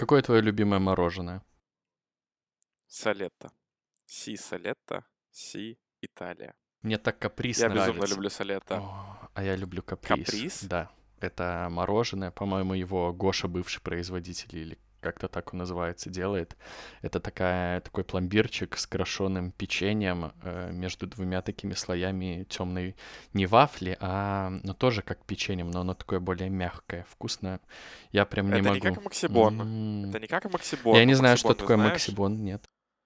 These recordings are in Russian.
Какое твое любимое мороженое? Салетто. Си Салетто, Си Италия. Мне так каприз Я безумно нравится. люблю Салетто. А я люблю каприз. Каприз? Да, это мороженое, по-моему, его Гоша, бывший производитель, или как-то так он называется, делает. Это такой пломбирчик с крашеным печеньем между двумя такими слоями темной не вафли, но тоже как печеньем, но оно такое более мягкое, вкусное. Я прям не Это не как могу. Максибон. М. Это не как Я Максибон. не Ну, знаю, что Максибон ты такое знаешь. Максибон, нет.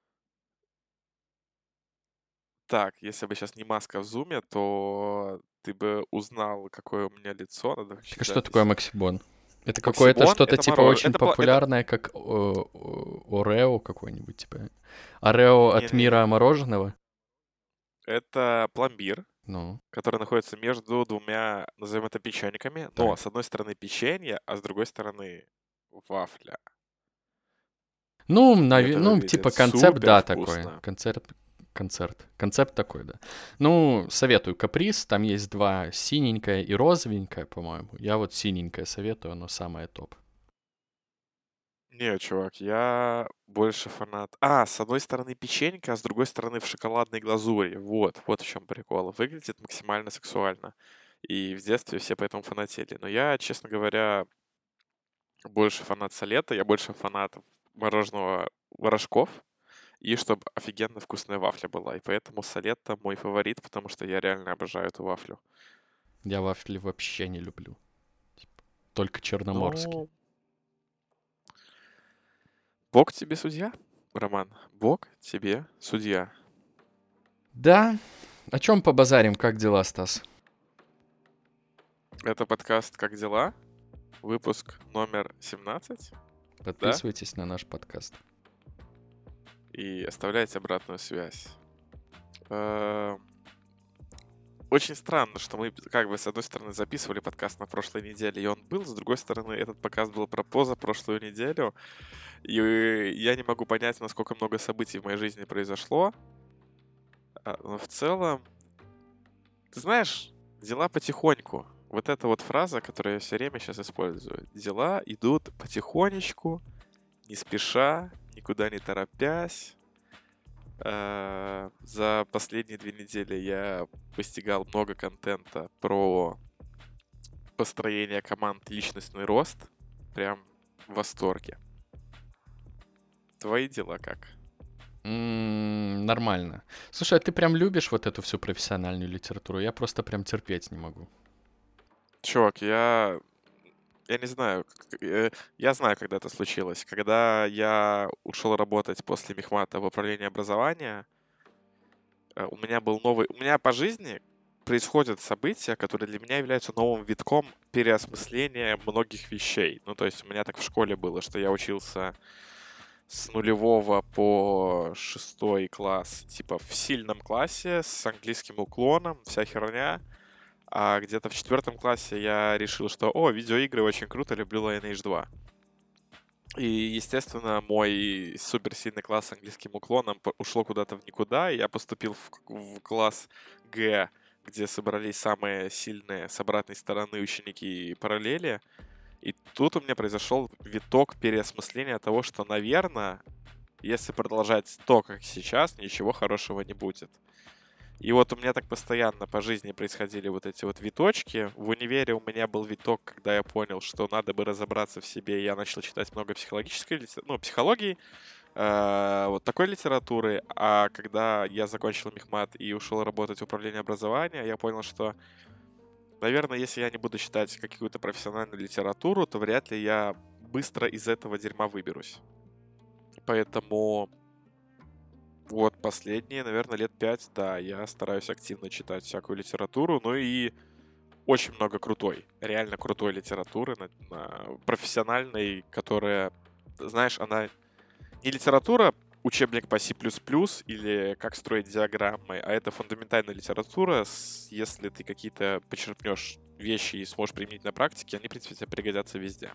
Так, если бы сейчас не маска в зуме, то ты бы узнал, какое у меня лицо. Надо Так а включить что такое запись. Максибон? Это какое-то Максибон — что-то это типа мороженое. очень Это... популярное, как Орео какой-нибудь, типа. Орео от мира Не-не-не. мороженого? Это пломбир, Ну, который находится между двумя, назовем это, печеньками. Но так. с одной стороны печенье, а с другой стороны вафля. Ну, И это ну, выглядит типа концепт, супер да, такой. вкусно. Концепт такой, да. Ну, советую каприз. Там есть два, синенькое и розовенькое, по-моему. Я вот синенькое советую, оно самое топ. Не, чувак, я больше фанат. С одной стороны печенька, а с другой стороны в шоколадной глазури. Вот в чем прикол. Выглядит максимально сексуально. И в детстве все поэтому фанатели. Но я, честно говоря, больше фанат Солета, я больше фанат мороженого рожков. И чтобы офигенно вкусная вафля была. И поэтому Солетто мой фаворит, потому что я реально обожаю эту вафлю. Я вафли вообще не люблю. Типа, только черноморские. Ну, Бог тебе судья, Роман. Бог тебе судья. Да, о чем побазарим, как дела, Стас? Это подкаст «Как дела?» Выпуск номер 17, да? Подписывайтесь на наш подкаст. И оставляйте обратную связь. Э, Очень странно, что мы как бы с одной стороны записывали подкаст на прошлой неделе, и он был, с другой стороны этот подкаст был про позапрошлую неделю, и я не могу понять, насколько много событий в моей жизни произошло. Но в целом, ты знаешь, дела потихоньку. Вот эта вот фраза, которую я все время сейчас использую. Дела идут потихонечку, не спеша, никуда не торопясь. За последние 2 недели я постигал много контента про построение команд, личностный рост. Прям в восторге. Твои дела как? Нормально. Слушай, а ты прям любишь вот эту всю профессиональную литературу? Я просто прям терпеть не могу. Чувак, я не знаю, я знаю, когда это случилось. Когда я ушел работать после мехмата в управлении образования, у меня был новый... У меня по жизни происходят события, которые для меня являются новым витком переосмысления многих вещей. Ну, то есть у меня так в школе было, что я учился с нулевого по 6 класс, типа в сильном классе, с английским уклоном, вся херня. А где-то в 4 классе я решил, что, видеоигры очень круто, люблю Lineage 2. И, естественно, мой суперсильный класс с английским уклоном ушло куда-то в никуда, и я поступил в класс Г, где собрались самые сильные с обратной стороны ученики параллели. И тут у меня произошел виток переосмысления того, что, наверное, если продолжать то, как сейчас, ничего хорошего не будет. И вот у меня так постоянно по жизни происходили вот эти вот виточки. В универе у меня был виток, когда я понял, что надо бы разобраться в себе. Я начал читать много психологической психологии, вот такой литературы. А когда я закончил мехмат и ушел работать в управление образования, я понял, что, наверное, если я не буду читать какую-то профессиональную литературу, то вряд ли я быстро из этого дерьма выберусь. Поэтому вот последние, наверное, лет 5, да, я стараюсь активно читать всякую литературу, ну и очень много крутой, реально крутой литературы, профессиональной, которая, знаешь, она не литература, учебник по C++ или как строить диаграммы, а это фундаментальная литература, если ты какие-то почерпнешь вещи и сможешь применить на практике, они, в принципе, тебе пригодятся везде.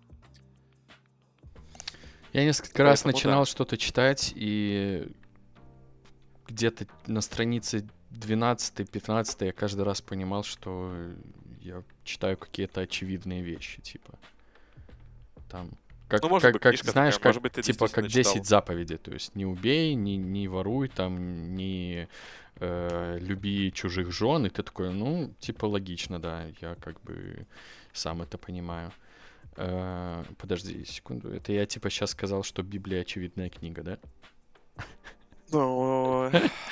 Я несколько раз Поэтому да. начинал что-то читать, и где-то на странице 12-15 я каждый раз понимал, что я читаю какие-то очевидные вещи, типа там Ну, может быть, книжка знаешь, такая, может быть, ты типа, как действительно 10 читал. заповедей. То есть не убей, не воруй, там, не люби чужих жен. И ты такой, ну, типа, логично, да, я как бы сам это понимаю. Подожди секунду. Это я, типа, сейчас сказал, что Библия очевидная книга, да? Ну,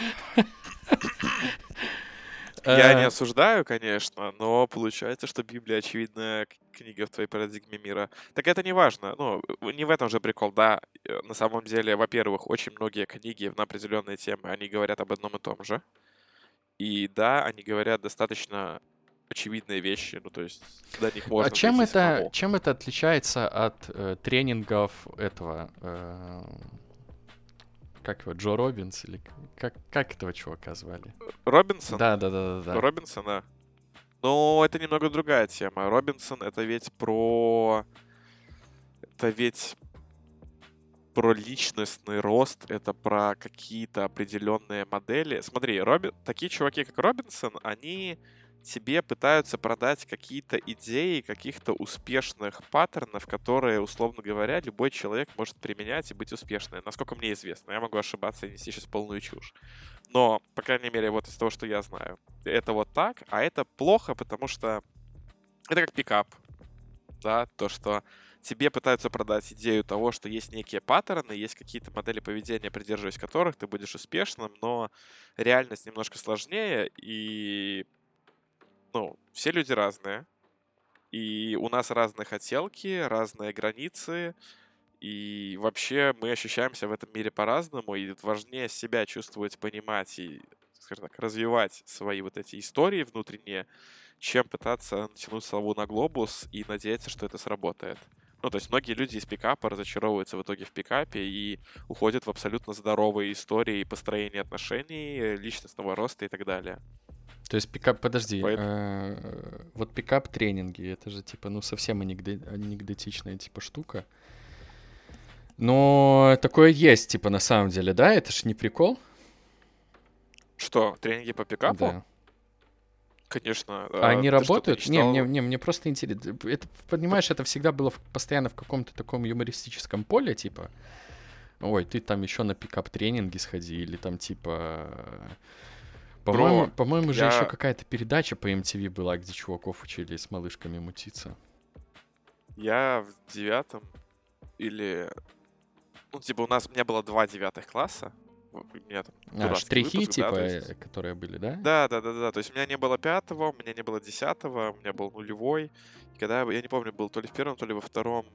я не Э, осуждаю, конечно, но получается, что Библия очевидная книга в твоей парадигме мира. Так это не важно. Ну, не в этом же прикол, да. На самом деле, во-первых, очень многие книги на определенные темы, они говорят об одном и том же. И да, они говорят достаточно очевидные вещи, ну, то есть до них А можно дойти самому. чем это отличается от тренингов этого, как его, Джо Робинс или как этого чувака звали? Робинсон, Да, да, да, да, да. Робинсона, но это немного другая тема. Робинсон это ведь про личностный рост, это про какие-то определенные модели. Смотри, такие чуваки, как Робинсон, они тебе пытаются продать какие-то идеи, каких-то успешных паттернов, которые, условно говоря, любой человек может применять и быть успешным. Насколько мне известно, я могу ошибаться и нести сейчас полную чушь. Но, по крайней мере, вот из того, что я знаю, это вот так, а это плохо, потому что это как пикап, да, то, что тебе пытаются продать идею того, что есть некие паттерны, есть какие-то модели поведения, придерживаясь которых ты будешь успешным, но реальность немножко сложнее, и, ну, все люди разные, и у нас разные хотелки, разные границы, и вообще мы ощущаемся в этом мире по-разному, и важнее себя чувствовать, понимать и, скажем так, развивать свои вот эти истории внутренние, чем пытаться натянуть сову на глобус и надеяться, что это сработает. Ну, то есть многие люди из пикапа разочаровываются в итоге в пикапе и уходят в абсолютно здоровые истории построения отношений, личностного роста и так далее. То есть пикап, подожди, Поэт- вот пикап тренинги, это же типа, ну совсем анекдотичная типа штука. Но такое есть, типа, на самом деле, да? Это ж не прикол? Что, тренинги по пикапу? Да. Конечно. А они Ты что, ты не работают? Не, читал? мне просто интересно. Это, понимаешь, это всегда было постоянно в каком-то таком юмористическом поле, типа, ой, ты там еще на пикап-тренинги сходи, или там, типа, Бро, по-моему же еще я, какая-то передача по MTV была, где чуваков учили с малышками мутиться. я в 9 или... Ну, типа, у меня было 2 9 класса. У меня там дурацкий Штрихи, выпуск, да, то типа, есть... которые были, да? Да, да, да, да. То есть у меня не было 5-го, у меня не было 10-го, у меня был нулевой. И когда я не помню, был то ли в первом, то ли во втором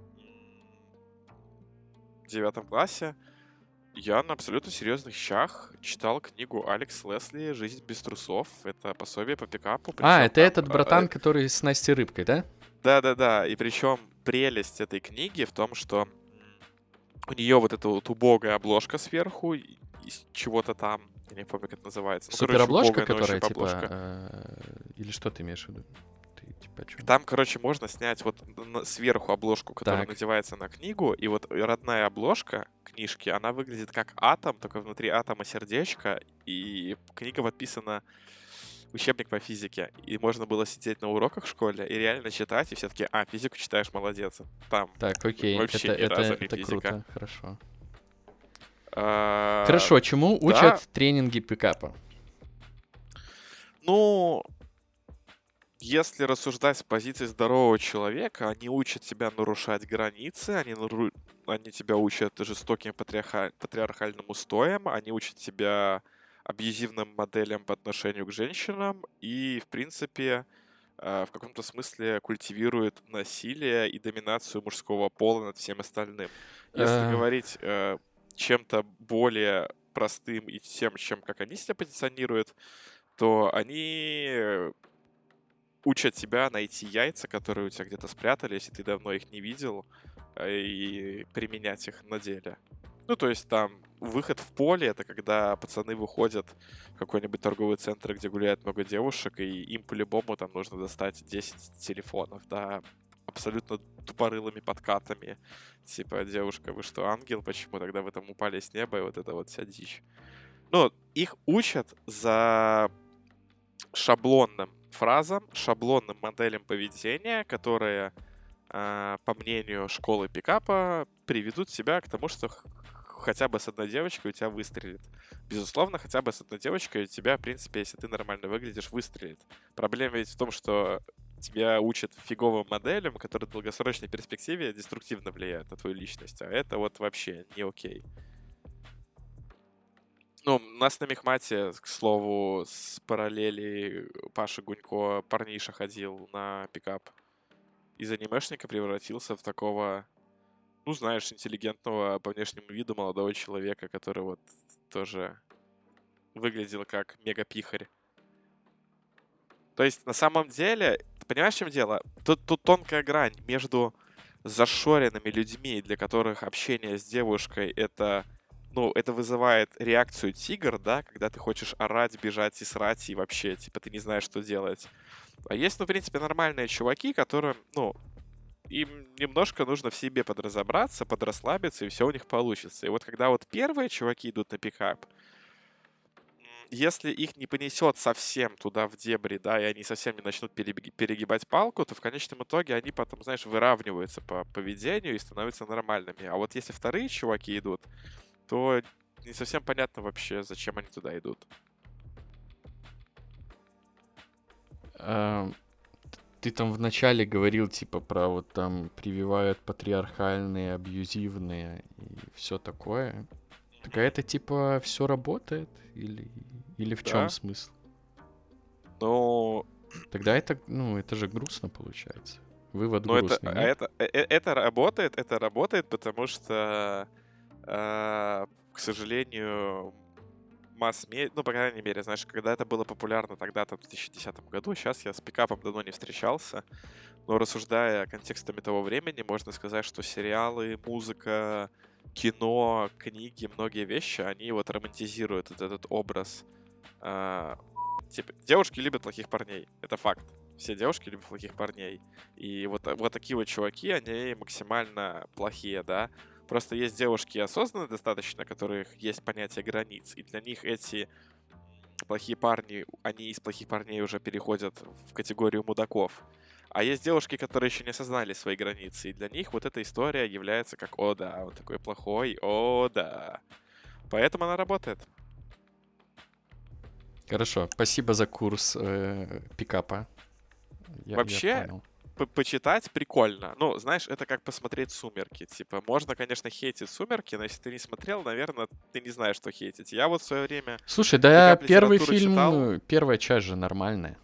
9 классе, я на абсолютно серьезных щах читал книгу Алекс Лесли «Жизнь без трусов». Это пособие по пикапу, причем Это там... этот братан, который с Настей Рыбкой, да? Да-да-да, и причем прелесть этой книги в том, что у нее вот эта вот убогая обложка сверху, из чего-то там, я не помню, как это называется. Ну, короче, Суперобложка, убогая, но очень которая, обложка. типа, или что ты имеешь в виду? Ты, типа, о чем? Там, короче, можно снять вот сверху обложку, которая Так. надевается на книгу, и вот родная обложка книжки, она выглядит как атом, только внутри атома сердечко, и книга подписана учебник по физике, и можно было сидеть на уроках в школе и реально читать, и все таки физику читаешь, молодец. Там Так, окей, вообще ни разу не это физика. круто, хорошо. А, Хорошо, чему да, учат тренинги пикапа? ну, если рассуждать с позиции здорового человека, они учат тебя нарушать границы, они тебя учат жестоким патриархальным устоям, они учат тебя абьюзивным моделям по отношению к женщинам и, в принципе, в каком-то смысле культивируют насилие и доминацию мужского пола над всем остальным. Если Э, говорить чем-то более простым и тем, чем как они себя позиционируют, то они учат тебя найти яйца, которые у тебя где-то спрятались, и ты давно их не видел, и применять их на деле. Ну, то есть там выход в поле — это когда пацаны выходят в какой-нибудь торговый центр, где гуляет много девушек, и им по-любому там нужно достать 10 телефонов, да, абсолютно тупорылыми подкатами. Типа, девушка, вы что, ангел? Почему тогда вы там упали с неба? И вот это вот вся дичь. Ну, их учат за шаблонным фразам, шаблонным моделям поведения, которые по мнению школы пикапа, приведут тебя к тому, что хотя бы с одной девочкой у тебя выстрелит. Безусловно, хотя бы с одной девочкой у тебя, в принципе, если ты нормально выглядишь, выстрелит. Проблема ведь в том, что тебя учат фиговым моделям, которые в долгосрочной перспективе деструктивно влияют на твою личность. А это вот вообще не окей. Ну, у нас на мехмате, к слову, с параллели Паша Гунько парниша ходил на пикап. Из анимешника превратился в такого, ну, знаешь, интеллигентного по внешнему виду молодого человека, который вот тоже выглядел как мега-пихарь. То есть, на самом деле, ты понимаешь, в чем дело? Тут тонкая грань между зашоренными людьми, для которых общение с девушкой — это, ну, это вызывает реакцию тигр, да, когда ты хочешь орать, бежать и срать, и вообще, типа, ты не знаешь, что делать. А есть, ну, в принципе, нормальные чуваки, которым, ну, им немножко нужно в себе подразобраться, подрасслабиться, и все у них получится. И вот когда вот первые чуваки идут на пикап, если их не понесет совсем туда в дебри, да, и они совсем не начнут перегибать палку, то в конечном итоге они потом, знаешь, выравниваются по поведению и становятся нормальными. А вот если вторые чуваки идут, то не совсем понятно вообще, зачем они туда идут. Ты там вначале говорил, типа, про вот там прививают патриархальные, абьюзивные и все такое. Так а это, типа, все работает? Или в чем Да. смысл? Ну, Тогда это, ну, это же грустно получается. Вывод но грустный, нет? это работает, потому что, к сожалению, масс-медиа, ну, по крайней мере, знаешь, когда это было популярно тогда-то, в 2010 году, сейчас я с пикапом давно не встречался, но рассуждая контекстами того времени, можно сказать, что сериалы, музыка, кино, книги, многие вещи, они вот романтизируют этот образ. Типа, девушки любят плохих парней, это факт. Все девушки любят плохих парней. И вот такие вот чуваки, они максимально плохие, да. Просто есть девушки осознанные достаточно, у которых есть понятие границ, и для них эти плохие парни, они из плохих парней уже переходят в категорию мудаков. А есть девушки, которые еще не осознали свои границы, и для них вот эта история является как «О да, он такой плохой, о да». Поэтому она работает. Хорошо, спасибо за курс пикапа. Я Вообще, понял. почитать прикольно. Ну, знаешь, это как посмотреть «Сумерки». Типа, можно, конечно, хейтить «Сумерки», но если ты не смотрел, наверное, ты не знаешь, что хейтить. Я вот в свое время Слушай, да первый пикап-литературу читал. фильм, первая часть же нормальная.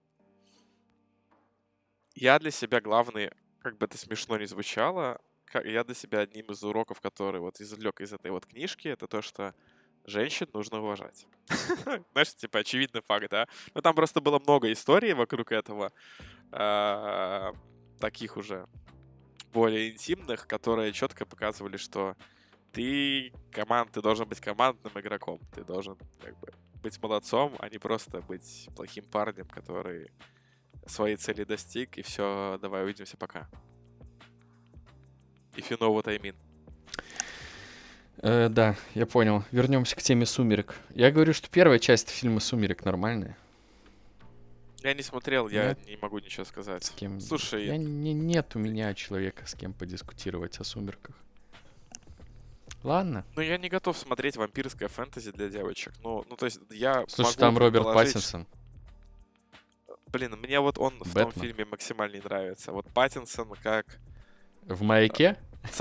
Я для себя главный, как бы это смешно ни звучало, я для себя одним из уроков, который вот извлек из этой вот книжки, это то, что женщин нужно уважать. Знаешь, типа очевидный факт, да? Но там просто было много историй вокруг этого, таких уже более интимных, которые четко показывали, что ты должен быть командным игроком, ты должен как бы быть молодцом, а не просто быть плохим парнем, который своей цели достиг, и все, давай увидимся, пока. If you know what I mean. Да, я понял. Вернемся к теме «Сумерек». Я говорю, что первая часть фильма «Сумерек» нормальная. Я не смотрел, я Нет? не могу ничего сказать. С кем? Слушай, Нет у меня человека, с кем подискутировать о «Сумерках». Ладно. ну я не готов смотреть вампирское фэнтези для девочек. Ну, то есть я Слушай, могу там Роберт предположить, Паттинсон. Блин, мне вот он в том Бэтмен. фильме максимально не нравится. Вот Паттинсон как... В «Маяке»?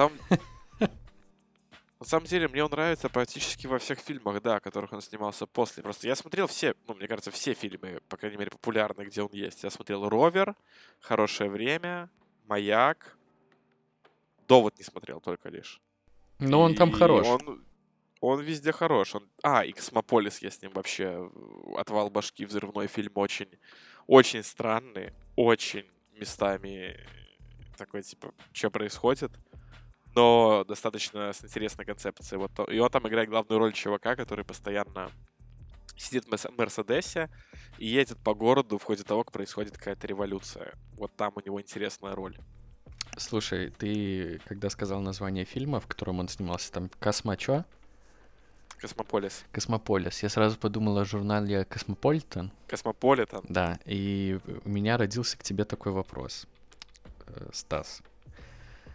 На самом деле, мне он нравится практически во всех фильмах, да, которых он снимался после. Просто я смотрел все, ну, мне кажется, все фильмы, по крайней мере, популярные, где он есть. Я смотрел «Ровер», «Хорошее время», «Маяк». «Довод» не смотрел только лишь. Но он там И хорош. он везде хорош. И «Космополис» я с ним вообще... «Отвал башки», взрывной фильм очень, очень странный, очень местами такой, типа, что происходит? Но достаточно с интересной концепцией. И он там играет главную роль чувака, который постоянно сидит в Мерседесе и едет по городу в ходе того, как происходит какая-то революция. Вот там у него интересная роль. Слушай, ты когда сказал название фильма, в котором он снимался, там чё? Космополис. «Космополис». Я сразу подумал о журнале «Космополитен». Космополитен. Да, и у меня родился к тебе такой вопрос, Стас.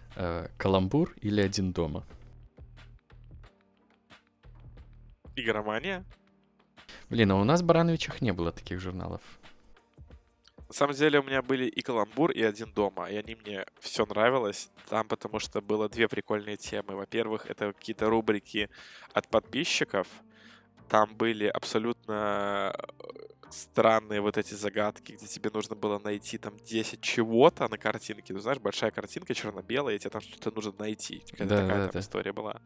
Каламбур или Один дома? Игромания? Блин, а у нас в Барановичах не было таких журналов. На самом деле у меня были и Каламбур, и Один дома, и они мне все нравилось. Там потому что было две прикольные темы. Во-первых, это какие-то рубрики от подписчиков. Там были абсолютно странные вот эти загадки, где тебе нужно было найти там 10 чего-то на картинке. Ну, знаешь, большая картинка черно-белая, и тебе там что-то нужно найти. Какая-то такая там Да-да-да. история была.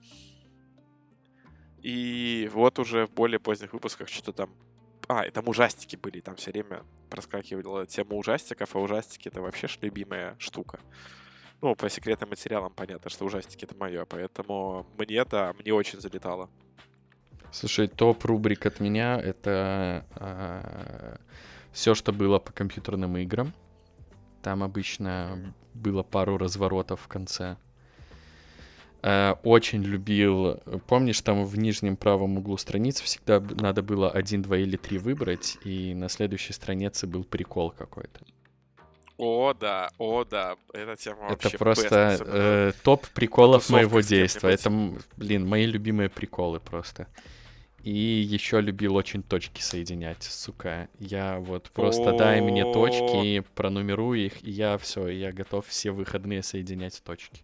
И вот уже в более поздних выпусках что-то там... и там ужастики были, там все время проскакивала тема ужастиков, а ужастики — это вообще ж любимая штука. Ну, по секретным материалам понятно, что ужастики — это мое, поэтому мне очень залетало. Слушай, топ-рубрик от меня — это все, что было по компьютерным играм. Там обычно было пару разворотов в конце. Очень любил... Помнишь, там в нижнем правом углу страницы всегда надо было 1, 2 или 3 выбрать, и на следующей странице был прикол какой-то. О, да, эта тема Это вообще best, просто особенно топ приколов на моего тусовках с детства. кем-нибудь. Это, блин, мои любимые приколы просто. И еще любил очень точки соединять, сука. Я вот просто дай мне О, точки, пронумеруй их, и я все, я готов все выходные соединять в точки.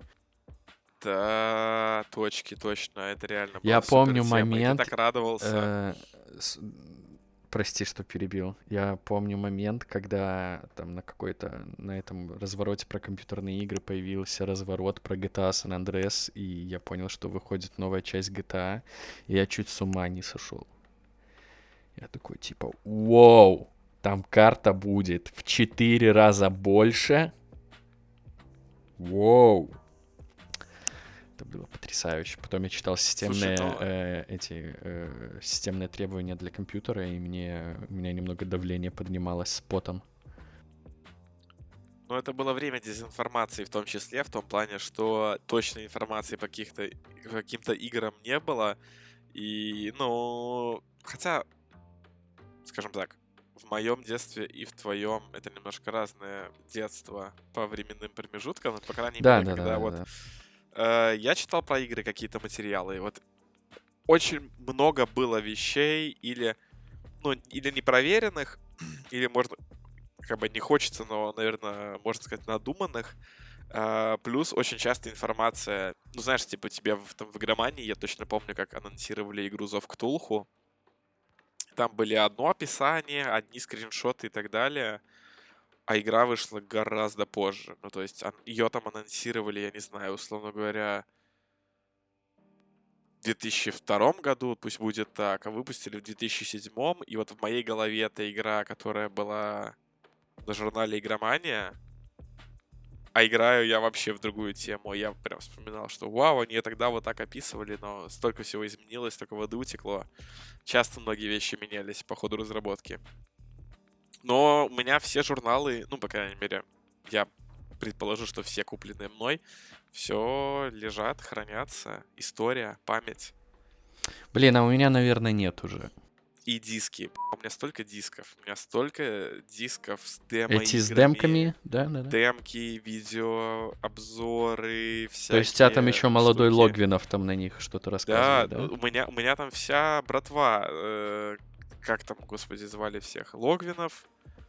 да, точки, точно, это реально Я была супер помню тема, и ты момент, так радовался. э, с- прости, что перебил. Я помню момент, когда там на этом развороте про компьютерные игры появился разворот про GTA San Andreas, и я понял, что выходит новая часть GTA, и я чуть с ума не сошел. Я такой, типа, вау, там карта будет в 4 раза больше. Вау. Это было потрясающе. Потом я читал Слушай, системные требования для компьютера, и у меня немного давление поднималось с потом. но это было время дезинформации в том числе, в том плане, что точной информации по каким-то играм не было. И, ну, хотя, скажем так, в моем детстве и в твоем это немножко разное детство по временным промежуткам, но, по крайней Да, мере, да, да, когда да, вот да. я читал про игры какие-то материалы, и вот очень много было вещей или непроверенных, или, можно, как бы не хочется, но, наверное, можно сказать, надуманных. Плюс очень часто информация, ну, знаешь, типа тебе в игромании, я точно помню, как анонсировали игру Зов Ктулху. Там были одно описание, одни скриншоты и так далее, а игра вышла гораздо позже. Ну, то есть ее там анонсировали, я не знаю, условно говоря, в 2002 году, пусть будет так, а выпустили в 2007, и вот в моей голове эта игра, которая была на журнале «Игромания», а играю я вообще в другую тему. Я прям вспоминал, что вау, они тогда вот так описывали, но столько всего изменилось, столько воды утекло. Часто многие вещи менялись по ходу разработки. Но у меня все журналы, ну, по крайней мере, я предположу, что все купленные мной, все лежат, хранятся. История, память. Блин, а у меня, наверное, нет уже. И диски. У меня столько дисков. У меня столько дисков с Эти с демо-играми. демками, да, да, да. Демки, видео, обзоры, То есть у тебя там всякие еще молодой штуки. Логвинов там на них что-то Да, рассказывает, да? у меня там вся братва. Как там, господи, звали всех? Логвинов,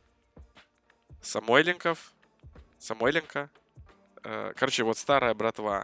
Самойленко. Короче, вот старая братва.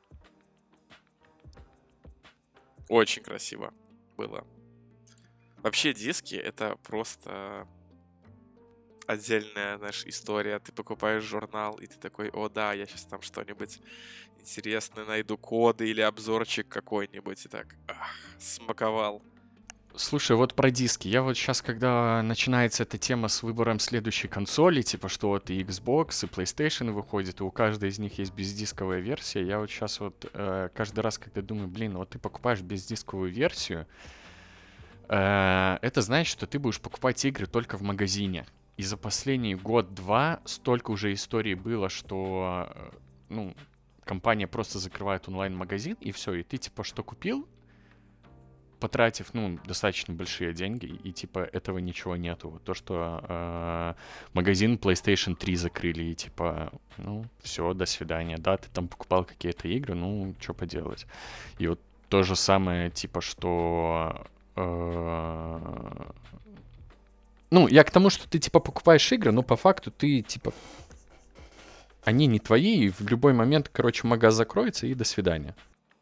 Очень красиво было. Вообще диски — это просто отдельная, знаешь, история. Ты покупаешь журнал, и ты такой: о да, я сейчас там что-нибудь интересное найду, коды или обзорчик какой-нибудь. И так, смаковал. Слушай, вот про диски. Я вот сейчас, когда начинается эта тема с выбором следующей консоли, типа что вот и Xbox, и PlayStation выходит, и у каждой из них есть бездисковая версия, я вот сейчас вот каждый раз, когда думаю, блин, вот ты покупаешь бездисковую версию, это значит, что ты будешь покупать игры только в магазине. И за последний год-два столько уже историй было, что, ну, компания просто закрывает онлайн-магазин, и все, и ты типа что купил, потратив, ну, достаточно большие деньги, и, типа, этого ничего нету. Вот то, что магазин PlayStation 3 закрыли, и, типа, ну, все, до свидания. Да, ты там покупал какие-то игры, ну, что поделать. И вот то же самое, типа, что... ну, я к тому, что ты, типа, покупаешь игры, но по факту ты, типа, они не твои, и в любой момент, короче, магаз закроется, и до свидания.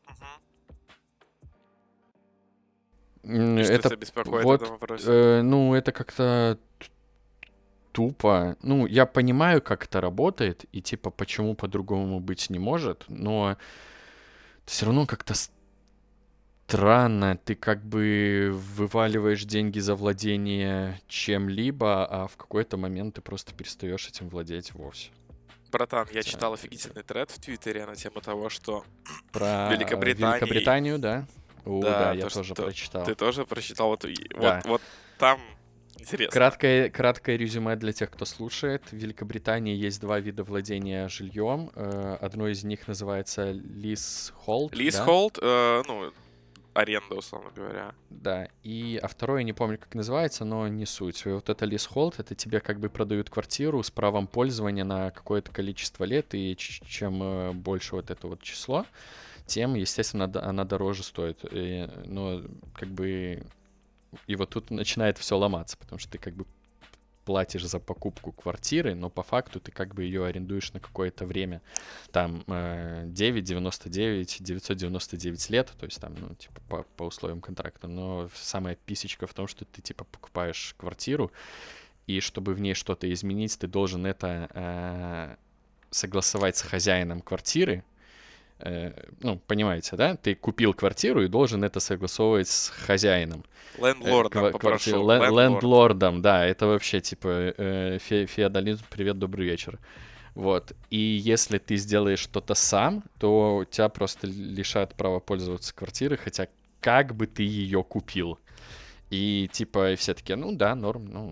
И что Это тебя беспокоит в этом вот, вопросе? ну, это как-то тупо. Ну, я понимаю, как это работает, и, типа, почему по-другому быть не может, но все равно как-то странно. Ты как бы вываливаешь деньги за владение чем-либо, а в какой-то момент ты просто перестаешь этим владеть вовсе. Братан, я Хотя читал офигительный тред в Твиттере на тему того, что в про Великобритании, Великобританию, да? О, да, да, я то, тоже что ты прочитал. тоже прочитал, вот, Да. вот там интересно. Краткое резюме для тех, кто слушает. В Великобритании есть два вида владения жильем. Одно из них называется leasehold, да? Лизхолд, ну, аренда, условно говоря. Да. А второе, не помню, как называется, но не суть. И вот это leasehold, это тебе как бы продают квартиру с правом пользования на какое-то количество лет, и чем больше вот это вот число, тем, естественно, она дороже стоит. Но как бы... И вот тут начинает все ломаться, потому что ты как бы платишь за покупку квартиры, но по факту ты как бы ее арендуешь на какое-то время. Там 9,99, 999 лет, то есть там, ну, типа, по условиям контракта. Но самая писечка в том, что ты, типа, покупаешь квартиру, и чтобы в ней что-то изменить, ты должен это согласовать с хозяином квартиры. Ну, понимаете, да? Ты купил квартиру и должен это согласовывать с хозяином Лендлордом квартиры. попрошу. Лендлорд. Лендлордом, да, это вообще типа феодализм, привет, добрый вечер. Вот. И если ты сделаешь что-то сам, то тебя просто лишают права пользоваться квартирой, хотя как бы ты ее купил. И типа все такие, ну да, норм, ну,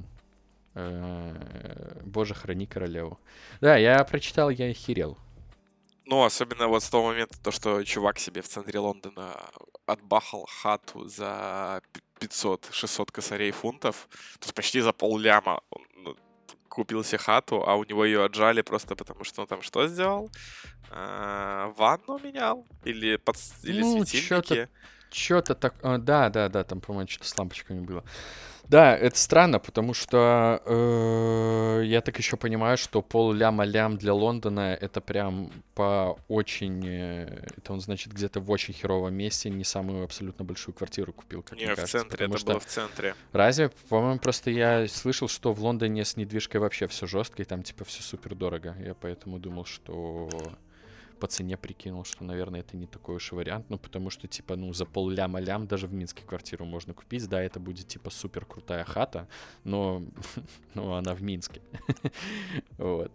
боже, храни королеву. Да, я прочитал, я охерел. Ну, особенно вот с того момента, то, что чувак себе в центре Лондона отбахал хату за 500-600 косарей фунтов, то есть почти за полляма он, ну, купил себе хату, а у него ее отжали просто потому, что он там что сделал? Ванну менял? Или Ну, светильники? что-то так... да, там, по-моему, что-то с лампочками было. Да, это странно, потому что я так еще понимаю, что пол-ляма-лям для Лондона это прям по очень... это он, значит, где-то в очень херовом месте не самую абсолютно большую квартиру купил, как мне Не, в кажется. центре, Потому это было что в центре. разве, по-моему, просто я слышал, что в Лондоне с недвижкой вообще все жестко, и там типа все супер дорого. Я поэтому думал, что по цене прикинул, что, наверное, это не такой уж и вариант, ну, потому что, типа, ну, за пол-ляма-лям даже в Минске квартиру можно купить, да, это будет, типа, супер крутая хата, но, но она в Минске. Вот.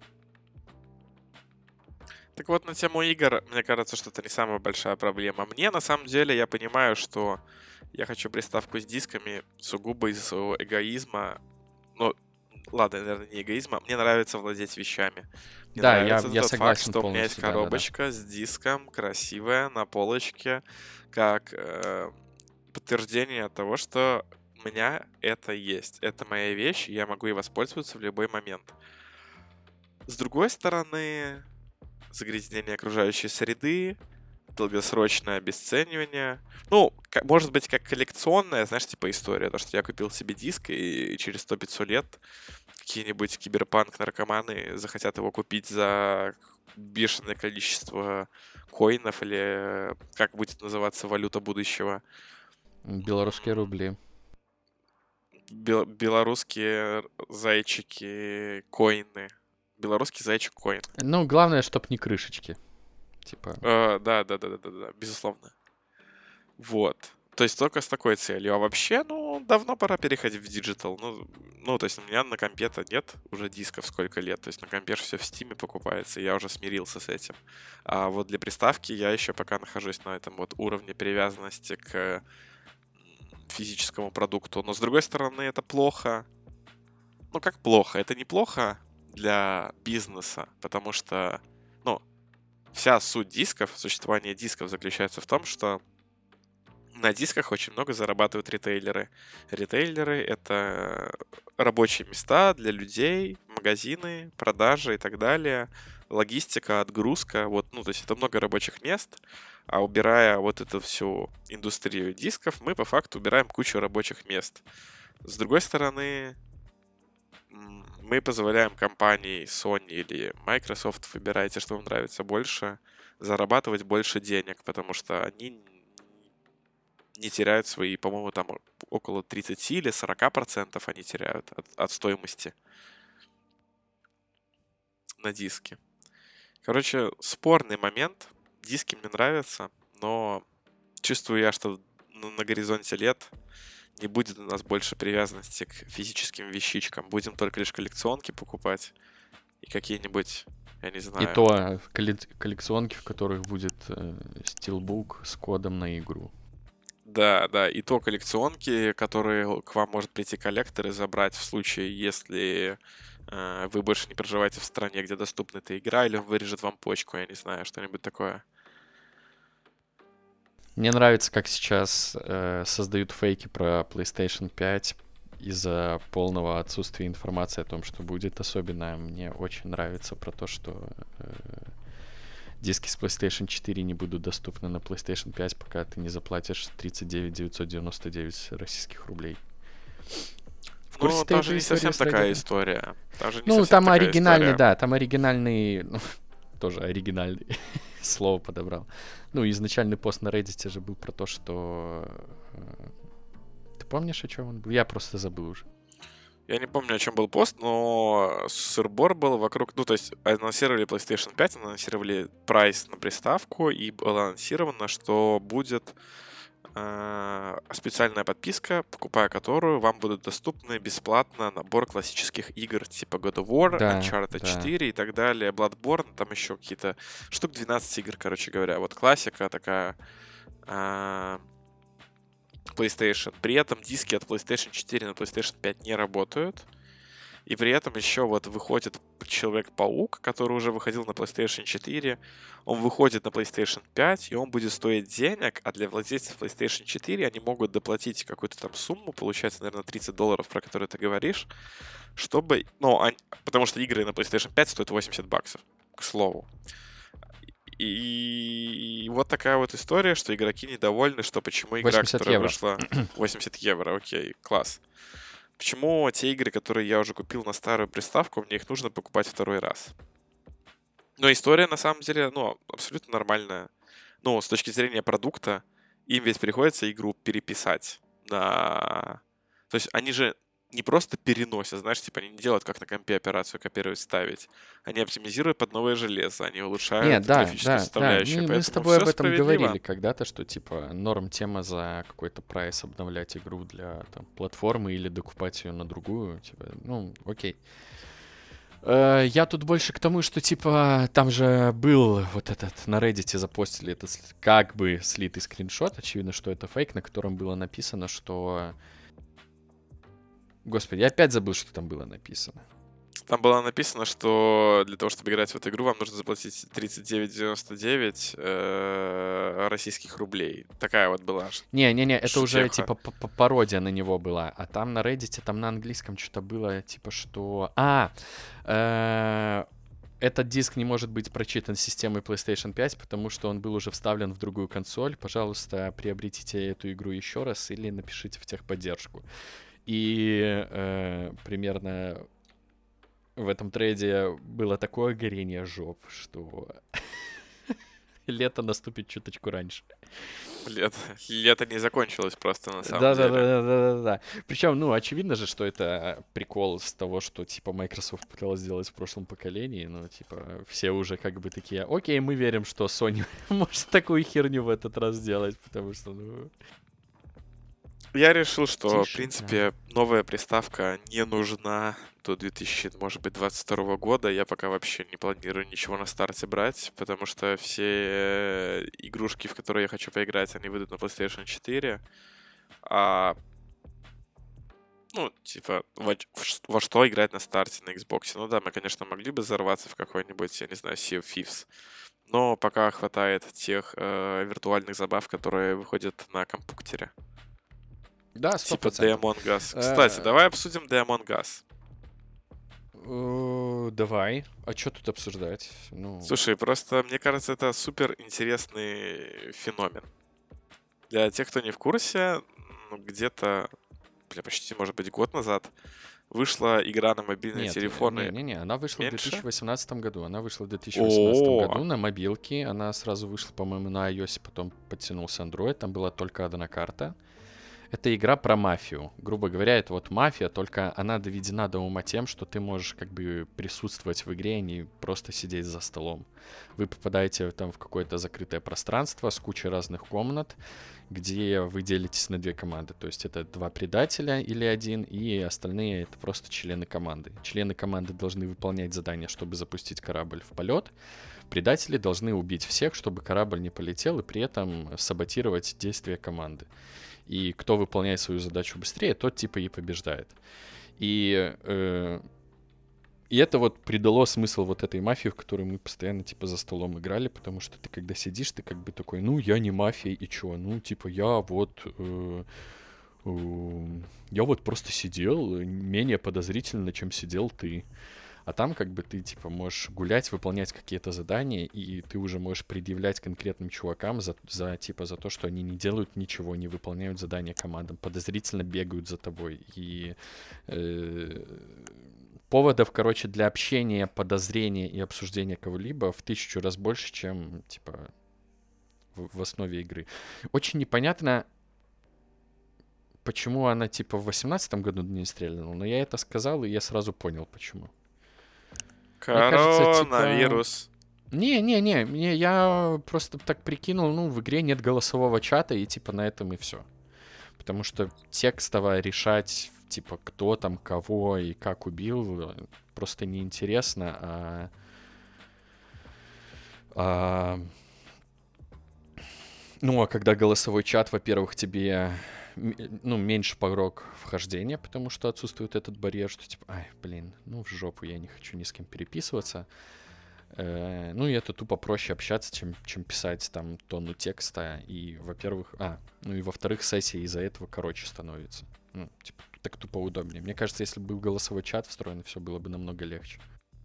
Так вот, на тему игр, мне кажется, что это не самая большая проблема. Мне, на самом деле, я понимаю, что я хочу приставку с дисками сугубо из-за своего эгоизма. Ну, ладно, наверное, не эгоизма. Мне нравится владеть вещами. Мне Да, нравится я тот факт, согласен что у меня есть полностью, да-да-да. коробочка с диском, красивая, на полочке, как подтверждение того, что у меня это есть. Это моя вещь, и я могу ей воспользоваться в любой момент. С другой стороны, загрязнение окружающей среды, долгосрочное обесценивание. Ну, может быть, как коллекционная, знаешь, типа история. То, что я купил себе диск, и через 100-500 лет какие-нибудь киберпанк-наркоманы захотят его купить за бешеное количество коинов, или как будет называться валюта будущего. Белорусские рубли. Белорусские зайчики, коины. Белорусский зайчик коин. Ну, главное, чтоб не крышечки. Типа... Да, безусловно. Вот. То есть только с такой целью. А вообще, ну, давно пора переходить в диджитал. Ну, то есть у меня на компе-то нет уже дисков сколько лет. То есть на компе все в стиме покупается, и я уже смирился с этим. А вот для приставки я еще пока нахожусь на этом вот уровне привязанности к физическому продукту. Но с другой стороны, это плохо. Ну, как плохо? Это неплохо для бизнеса, потому что, ну, вся суть дисков, существование дисков заключается в том, что на дисках очень много зарабатывают ритейлеры. Ритейлеры — это рабочие места для людей, магазины, продажи и так далее, логистика, отгрузка. Вот, ну, то есть это много рабочих мест, а убирая вот эту всю индустрию дисков, мы по факту убираем кучу рабочих мест. С другой стороны, мы позволяем компании Sony или Microsoft, выбирайте, что вам нравится больше, зарабатывать больше денег, потому что они не теряют свои, по-моему, там около 30 или 40% они теряют от стоимости на диске. Короче, спорный момент. Диски мне нравятся, но чувствую я, что на горизонте лет не будет у нас больше привязанности к физическим вещичкам. Будем только лишь коллекционки покупать и какие-нибудь, я не И знаю. то коллекционки, в которых будет стилбук с кодом на игру. Да, да, и то коллекционки, которые к вам может прийти коллектор и забрать в случае, если вы больше не проживаете в стране, где доступна эта игра, или он вырежет вам почку, я не знаю, что-нибудь такое. Мне нравится, как сейчас создают фейки про PlayStation 5 из-за полного отсутствия информации о том, что будет. Особенно мне очень нравится про то, что диски с PlayStation 4 не будут доступны на PlayStation 5, пока ты не заплатишь 39 999 российских рублей. В курсе Ну, ты там этой же не истории совсем с такая Reddit? история. Там же не Ну, совсем там такая оригинальный, история. да, там оригинальный, ну, тоже оригинальный слово подобрал. Ну, изначальный пост на Reddit же был про то, что... Ты помнишь, о чем он был? Я просто забыл уже. Я не помню, о чем был пост, но сырбор был вокруг... Ну, то есть анонсировали PlayStation 5, анонсировали прайс на приставку, и было анонсировано, что будет специальная подписка, покупая которую вам будут доступны бесплатно набор классических игр типа God of War, Да, Uncharted да. 4 и так далее, Bloodborne, там еще какие-то штук 12 игр, короче говоря. Вот классика такая PlayStation. При этом диски от PlayStation 4 на PlayStation 5 не работают. И при этом еще вот выходит Человек-паук, который уже выходил на PlayStation 4. Он выходит на PlayStation 5, и он будет стоить денег, а для владельцев PlayStation 4 они могут доплатить какую-то там сумму, получается, наверное, $30, про которую ты говоришь, чтобы... Ну, потому что игры на PlayStation 5 стоят $80, к слову. И вот такая вот история, что игроки недовольны, что почему игра, 80 которая евро. вышла... 80 евро, окей, класс. Почему те игры, которые я уже купил на старую приставку, мне их нужно покупать второй раз? Но история, на самом деле, ну, абсолютно нормальная. Ну, с точки зрения продукта, им ведь приходится игру переписать на... То есть они же не просто переносят, знаешь, типа они не делают как на компе операцию копировать, ставить. Они оптимизируют под новое железо, они улучшают Нет, да, графическую да, да. составляющую, Мы с поэтому тобой все об этом справедливо. говорили когда-то, что типа норм тема за какой-то прайс обновлять игру для там, платформы или докупать ее на другую. Типа, ну, окей. Я тут больше к тому, что типа там же был вот этот на Reddit запостили этот как бы слитый скриншот. Очевидно, что это фейк, на котором было написано, что... Господи, я опять забыл, что там было написано. Там было написано, что для того, чтобы играть в эту игру, вам нужно заплатить 39,99 российских рублей. Такая вот была. Не-не-не, это уже шутеха. типа пародия на него была. А там на Reddit, там на английском что-то было, типа что... Этот диск не может быть прочитан системой PlayStation 5, потому что он был уже вставлен в другую консоль. Пожалуйста, приобретите эту игру еще раз или напишите в техподдержку. И примерно в этом трейде было такое горение жоп, что лето наступит чуточку раньше. Лето не закончилось просто, на самом деле. Да. Причем, ну, очевидно же, что это прикол с того, что, типа, Microsoft пыталась сделать в прошлом поколении. Ну, типа, все уже как бы такие, окей, мы верим, что Sony может такую херню в этот раз сделать, потому что, ну... Я решил, что, Тише, в принципе, новая приставка не нужна до 2022 года. Я пока вообще не планирую ничего на старте брать, потому что все игрушки, в которые я хочу поиграть, они выйдут на PlayStation 4. Ну, типа, во что играть на старте на Xbox? Ну да, мы, конечно, могли бы взорваться в какой-нибудь, я не знаю, Sea of Thieves. Но пока хватает тех виртуальных забав, которые выходят на компьютере. Да, Типа 100%. The Among Us. Кстати, давай обсудим The Among Us. Давай. А что тут обсуждать? Ну, Слушай, просто мне кажется, это супер интересный феномен. Для тех, кто не в курсе, где-то, почти, может быть, год назад вышла игра на мобильные нет, телефоны не-не-не, она вышла в меньше. 2018 году. Она вышла в 2018 О, году на мобилке. Она сразу вышла, по-моему, на iOS, потом подтянулся Android. Там была только одна карта. Это игра про мафию. Грубо говоря, это вот мафия, только она доведена до ума тем, что ты можешь как бы присутствовать в игре, а не просто сидеть за столом. Вы попадаете там в какое-то закрытое пространство с кучей разных комнат, где вы делитесь на две команды. То есть это два предателя или один, и остальные это просто члены команды. Члены команды должны выполнять задания, чтобы запустить корабль в полет. Предатели должны убить всех, чтобы корабль не полетел, и при этом саботировать действия команды. И кто выполняет свою задачу быстрее, тот типа и побеждает. И это вот придало смысл вот этой мафии, в которой мы постоянно типа за столом играли, потому что ты когда сидишь, ты как бы такой, ну я не мафия, и чё? Ну типа я вот просто сидел, менее подозрительно, чем сидел ты. А там как бы ты типа можешь гулять, выполнять какие-то задания, и ты уже можешь предъявлять конкретным чувакам за то, что они не делают ничего, не выполняют задания командам, подозрительно бегают за тобой. И поводов, короче, для общения, подозрения и обсуждения кого-либо в 1000 раз больше, чем типа в основе игры. Очень непонятно, почему она типа в 2018 году не стрельнула, но я это сказал, и я сразу понял, почему. Мне кажется, типа... коронавирус. Не, я просто так прикинул, ну, в игре нет голосового чата, и типа на этом и все. Потому что текстово решать, типа, кто там кого и как убил, просто неинтересно, ну, а когда голосовой чат, во-первых, тебе, ну, меньше порог вхождения, потому что отсутствует этот барьер, что типа, ай, блин, ну, в жопу, я не хочу ни с кем переписываться. Ну, и это тупо проще общаться, чем писать там тонну текста. И, во-первых... ну и во-вторых, сессия из-за этого короче становится. Ну, типа, так тупо удобнее. Мне кажется, если бы был голосовой чат встроен, все было бы намного легче.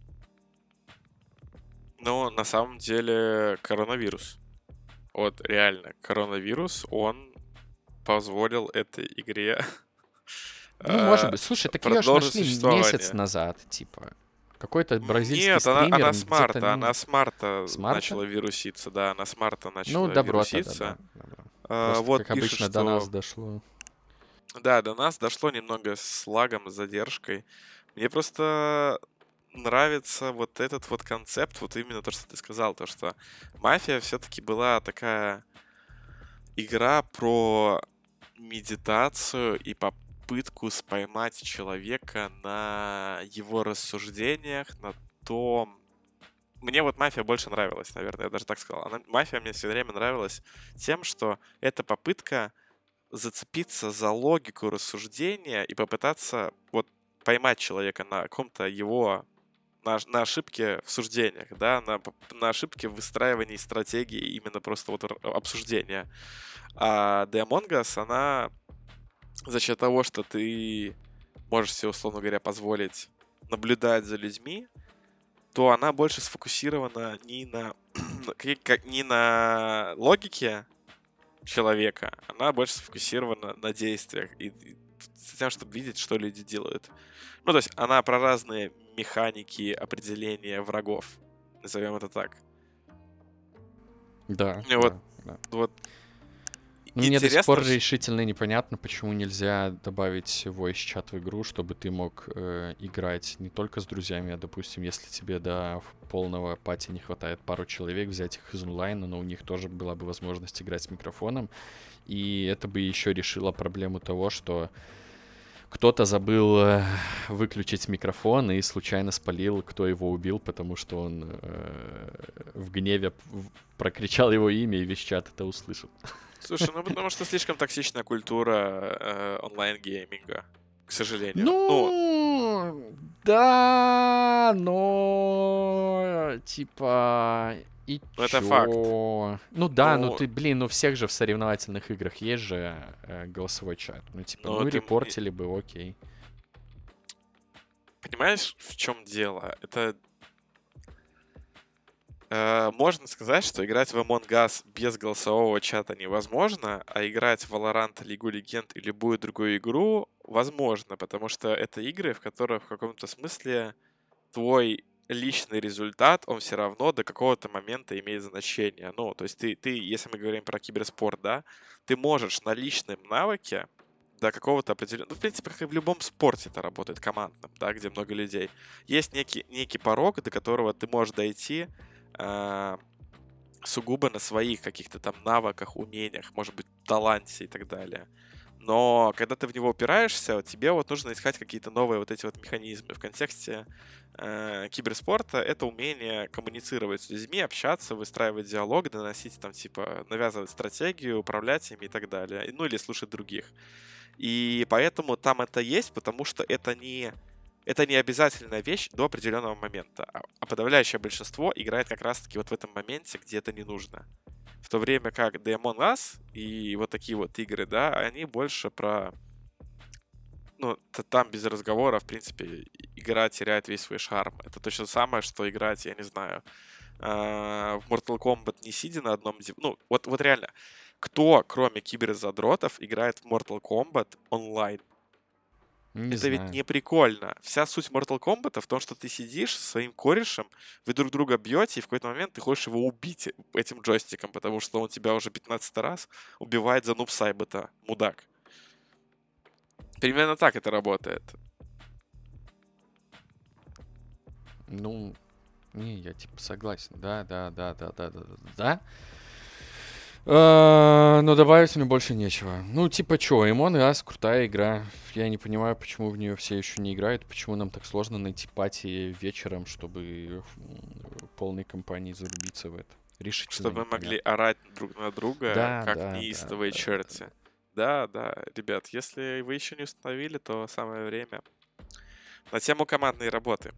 Но на самом деле коронавирус. Вот реально, коронавирус, он позволил этой игре Ну, может быть. Слушай, так ее ж продолжить нашли месяц существование. назад, типа. Какой-то бразильский Нет, стример она с где-то... марта, она с марта С марта? начала вируситься, да, она с марта Ну, начала добро тогда, вируситься. да. Добро. Просто, Вот как пишет, обычно, до нас что... дошло. Да, до нас дошло немного с лагом, с задержкой. Мне просто нравится вот этот вот концепт, вот именно то, что ты сказал, то, что мафия все-таки была такая игра про медитацию и попытку споймать человека на его рассуждениях, на том... Мне вот мафия больше нравилась, наверное, я даже так сказал. Мафия мне все время нравилась тем, что это попытка зацепиться за логику рассуждения и попытаться вот поймать человека на каком-то его на ошибке в суждениях, да, на ошибке в выстраивании стратегии именно просто вот обсуждения. А The Among Us, она за счет того, что ты можешь себе, условно говоря, позволить наблюдать за людьми, то она больше сфокусирована не на логике человека, она больше сфокусирована на действиях и с тем, чтобы видеть, что люди делают. Ну, то есть она про разные механики определения врагов. Назовем это так. Да, И да, да. вот Ну, мне до сих пор интересно, решительно непонятно, почему нельзя добавить voice-чат в игру, чтобы ты мог играть не только с друзьями, а, допустим, если тебе до полного пати не хватает пару человек, взять их из онлайна, но у них тоже была бы возможность играть с микрофоном. И это бы еще решило проблему того, что кто-то забыл выключить микрофон и случайно спалил, кто его убил, потому что он в гневе прокричал его имя, и весь чат это услышал. слушай, ну потому что слишком токсичная культура онлайн-гейминга, к сожалению. Ну, Ну, да, но, типа, И Ну, это факт. чё? Ну да, ну Ну, ты, блин, ну всех же в соревновательных играх есть же голосовой чат. Ну типа, ну ну ты репортили бы, окей. понимаешь, в чем дело? Это можно сказать, что играть в Among Us без голосового чата невозможно, а играть в Valorant, Лигу Легенд и любую другую игру возможно, потому что это игры, в которых в каком-то смысле твой личный результат, он все равно до какого-то момента имеет значение. Ну, то есть ты, если мы говорим про киберспорт, да, ты можешь на личном навыке до какого-то определенного... Ну, в принципе, как и в любом спорте это работает, командном, да, где много людей. Есть некий порог, до которого ты можешь дойти а, сугубо на своих каких-то там навыках, умениях, может быть, таланте и так далее. Но когда ты в него упираешься, тебе вот нужно искать какие-то новые вот эти вот механизмы. В контексте киберспорта это умение коммуницировать с людьми, общаться, выстраивать диалог, доносить там типа, навязывать стратегию, управлять ими и так далее. Ну или слушать других. И поэтому там это есть, потому что это не обязательная вещь до определенного момента. А подавляющее большинство играет как раз-таки вот в этом моменте, где это не нужно. В то время как The Among Us и вот такие вот игры, да, они больше про... Ну, там без разговора, в принципе, игра теряет весь свой шарм. Это точно самое, что играть, я не знаю, в Mortal Kombat не сидя на одном... Ну, вот реально, кто, кроме киберзадротов, играет в Mortal Kombat онлайн? Не Это ведь знаю. не прикольно. Вся суть Mortal Kombat в том, что ты сидишь со своим корешем, вы друг друга бьете, и в какой-то момент ты хочешь его убить этим джойстиком, потому что он тебя уже 15 раз убивает за нуб Сайбета, мудак. Примерно так это работает. Ну, не, я типа согласен. Да. Но добавить мне больше нечего. Ну, типа, чё, Among Us крутая игра. Я не понимаю, почему в нее все еще не играют, почему нам так сложно найти пати вечером, чтобы полной компании зарубиться в это. Решительно Чтобы мы могли непонятно. орать друг на друга, Да, как да, да, неистовые да, черти. Да, да, ребят, если вы еще не установили, то самое время. На тему командной работы.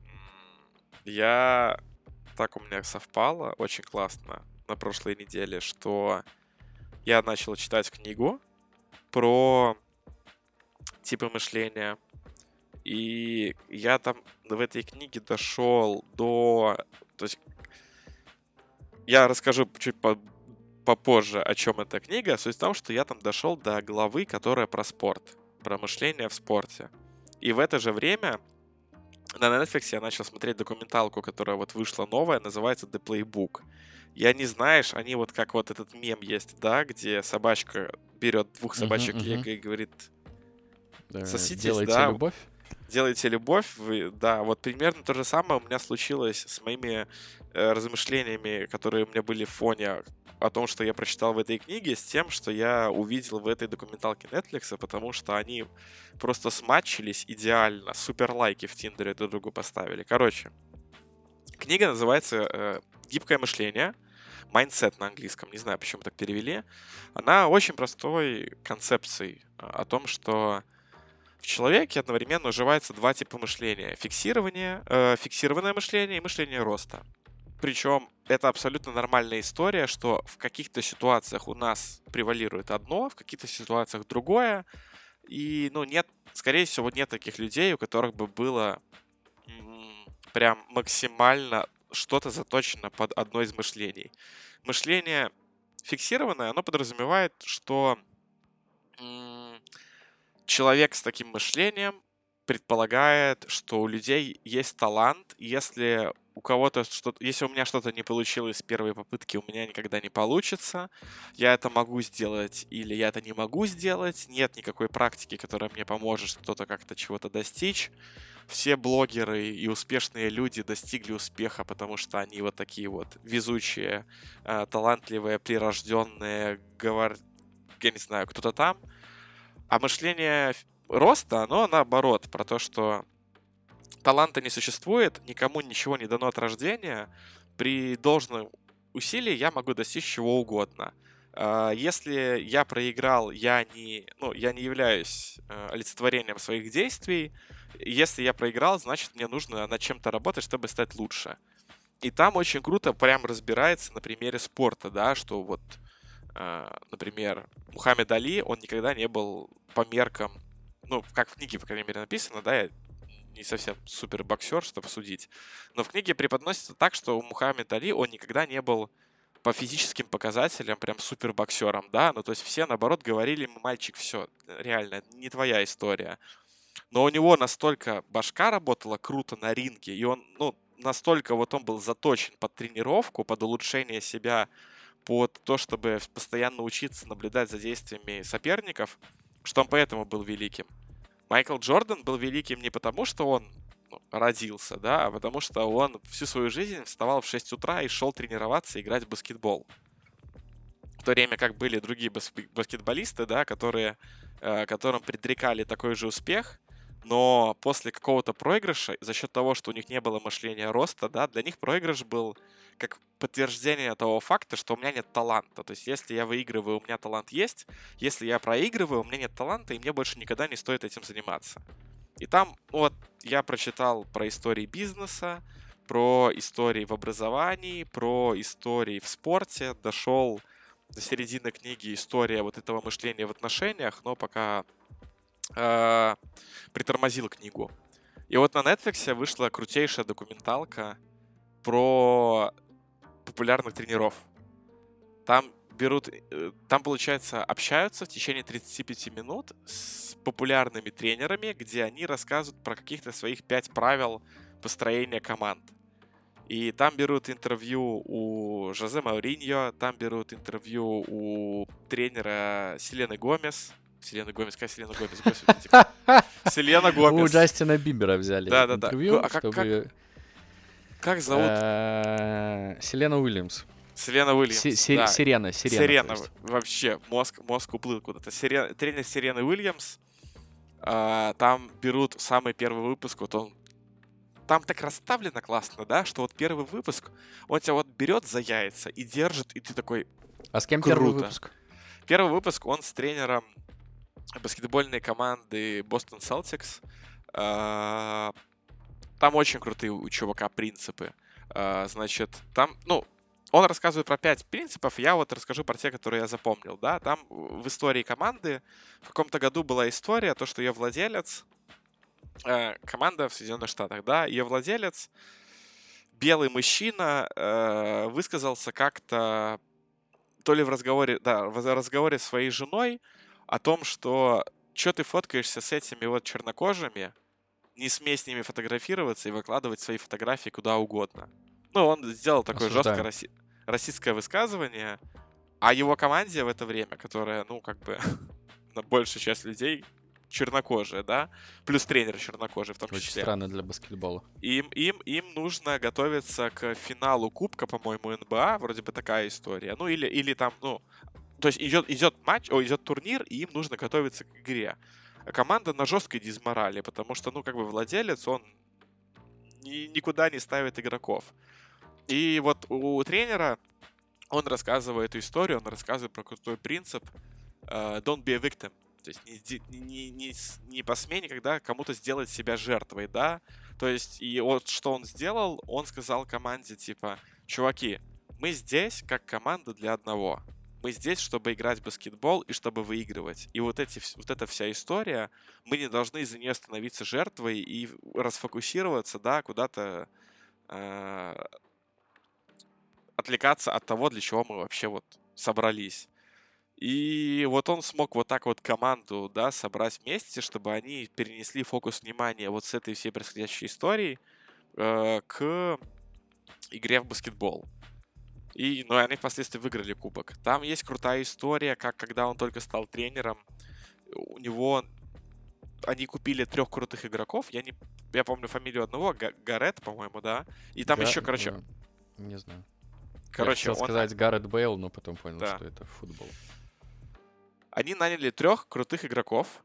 Так у меня совпало очень классно на прошлой неделе, что я начал читать книгу про типы мышления. И я там в этой книге дошел до... То есть я расскажу чуть попозже, о чем эта книга. Суть в том, что я там дошел до главы, которая про спорт, про мышление в спорте. И в это же время на Netflix я начал смотреть документалку, которая вот вышла новая, называется The Playbook. И они, знаешь, они вот как вот этот мем есть, да, где собачка берет двух собачек и говорит, соситесь, Делайте да, любовь. делайте любовь, да, вот примерно то же самое у меня случилось с моими размышлениями, которые у меня были в фоне о том, что я прочитал в этой книге, с тем, что я увидел в этой документалке Netflix, потому что они просто сматчились идеально, супер лайки в Тиндере друг другу поставили. Короче, книга называется «Гибкое мышление», mindset на английском, не знаю, почему так перевели. Она очень простой концепцией о том, что в человеке одновременно уживается два типа мышления. Фиксированное мышление и мышление роста. Причем это абсолютно нормальная история, что в каких-то ситуациях у нас превалирует одно, в каких-то ситуациях другое. И, ну, нет, скорее всего, нет таких людей, у которых бы было прям максимально что-то заточено под одно из мышлений. Мышление фиксированное, оно подразумевает, что человек с таким мышлением предполагает, что у людей есть талант, и если у кого-то что-то, если у меня что-то не получилось с первой попытки, у меня никогда не получится, я это могу сделать или я это не могу сделать, нет никакой практики, которая мне поможет что-то как-то чего-то достичь. Все блогеры и успешные люди достигли успеха, потому что они вот такие вот везучие, талантливые, прирожденные, я не знаю, кто-то там. А мышление роста, оно наоборот, про то, что таланта не существует, никому ничего не дано от рождения, при должном усилии я могу достичь чего угодно. Если я проиграл, я не являюсь олицетворением своих действий. Если я проиграл, значит, мне нужно над чем-то работать, чтобы стать лучше. И там очень круто прям разбирается на примере спорта, да, что вот, например, Мухаммед Али, он никогда не был по меркам, ну, как в книге, по крайней мере, написано, да, я не совсем супер боксер, чтобы судить, но в книге преподносится так, что у Мухаммеда Али он никогда не был по физическим показателям прям супер боксером, да, ну, то есть все, наоборот, говорили ему: мальчик, все, реально, это не твоя история. Но у него настолько башка работала круто на ринге, и он, ну, настолько вот он был заточен под тренировку, под улучшение себя, под то, чтобы постоянно учиться наблюдать за действиями соперников, что он поэтому был великим. Майкл Джордан был великим не потому, что он родился, да, а потому что он всю свою жизнь вставал в 6 утра и шел тренироваться и играть в баскетбол. В то время как были другие баскетболисты, да, которым предрекали такой же успех, но после какого-то проигрыша, за счет того, что у них не было мышления роста, да, для них проигрыш был как подтверждение того факта, что у меня нет таланта. То есть, если я выигрываю, у меня талант есть. Если я проигрываю, у меня нет таланта, и мне больше никогда не стоит этим заниматься. И там, вот, я прочитал про истории бизнеса, про истории в образовании, про истории в спорте, дошел до середины книги история вот этого мышления в отношениях, но пока притормозил книгу. И вот на Netflix вышла крутейшая документалка про популярных тренеров. Там получается, общаются в течение 35 минут с популярными тренерами, где они рассказывают про каких-то своих 5 правил построения команд. И там берут интервью у Жозе Мауриньо, там берут интервью у тренера Селены Гомес. Селена Гомес, господи, типа. Селена Гомес. У Джастина Бибера взяли Да-да-да. интервью, А чтобы... Как зовут? Селена Уильямс. Селена Уильямс. Да. Сирена. Вообще, мозг уплыл куда-то. Тренер Сирены Уильямс. Там берут самый первый выпуск, вот он там так расставлено классно, да, что вот первый выпуск, он тебя вот берет за яйца и держит, и ты такой: а с кем круто. Первый выпуск? Первый выпуск, он с тренером баскетбольной команды Boston Celtics. Там очень крутые у чувака принципы. Значит, там, ну, он рассказывает про 5 принципов, я вот расскажу про те, которые я запомнил, да. Там в истории команды в каком-то году была история, то, что ее владелец, команда в Соединенных Штатах, да, ее владелец, белый мужчина, высказался как-то, то ли в разговоре с своей женой, о том, что ты фоткаешься с этими вот чернокожими, не смей с ними фотографироваться и выкладывать свои фотографии куда угодно. Ну, он сделал такое жесткое расистское высказывание, а его команде в это время, которая, ну, как бы, на большую часть людей чернокожие, да, плюс тренер чернокожий в том числе. Очень странно для баскетбола. Им нужно готовиться к финалу Кубка, по-моему, НБА, вроде бы такая история. Ну, или там, ну, то есть идет турнир, и им нужно готовиться к игре. А команда на жесткой дизморали, потому что, ну, как бы владелец, он никуда не ставит игроков. И вот у тренера, он рассказывает эту историю, он рассказывает про крутой принцип don't be a victim. То есть не посмей никогда кому-то сделать себя жертвой, да? То есть, и вот что он сделал, он сказал команде, типа: чуваки, мы здесь как команда для одного. Мы здесь, чтобы играть в баскетбол и чтобы выигрывать. И вот эта вся история, мы не должны из-за нее становиться жертвой и расфокусироваться, да, куда-то отвлекаться от того, для чего мы вообще вот собрались. И вот он смог вот так вот команду, да, собрать вместе, чтобы они перенесли фокус внимания вот с этой всей происходящей истории к игре в баскетбол. И, ну, они впоследствии выиграли кубок. Там есть крутая история, как когда он только стал тренером, у него они купили 3 крутых игроков. Я помню фамилию одного, Гаррет, по-моему, да. И там еще, короче... Не знаю. Короче, я хотел сказать Гаррет Бейл, но потом понял, да, что это футбол. Они наняли 3 крутых игроков.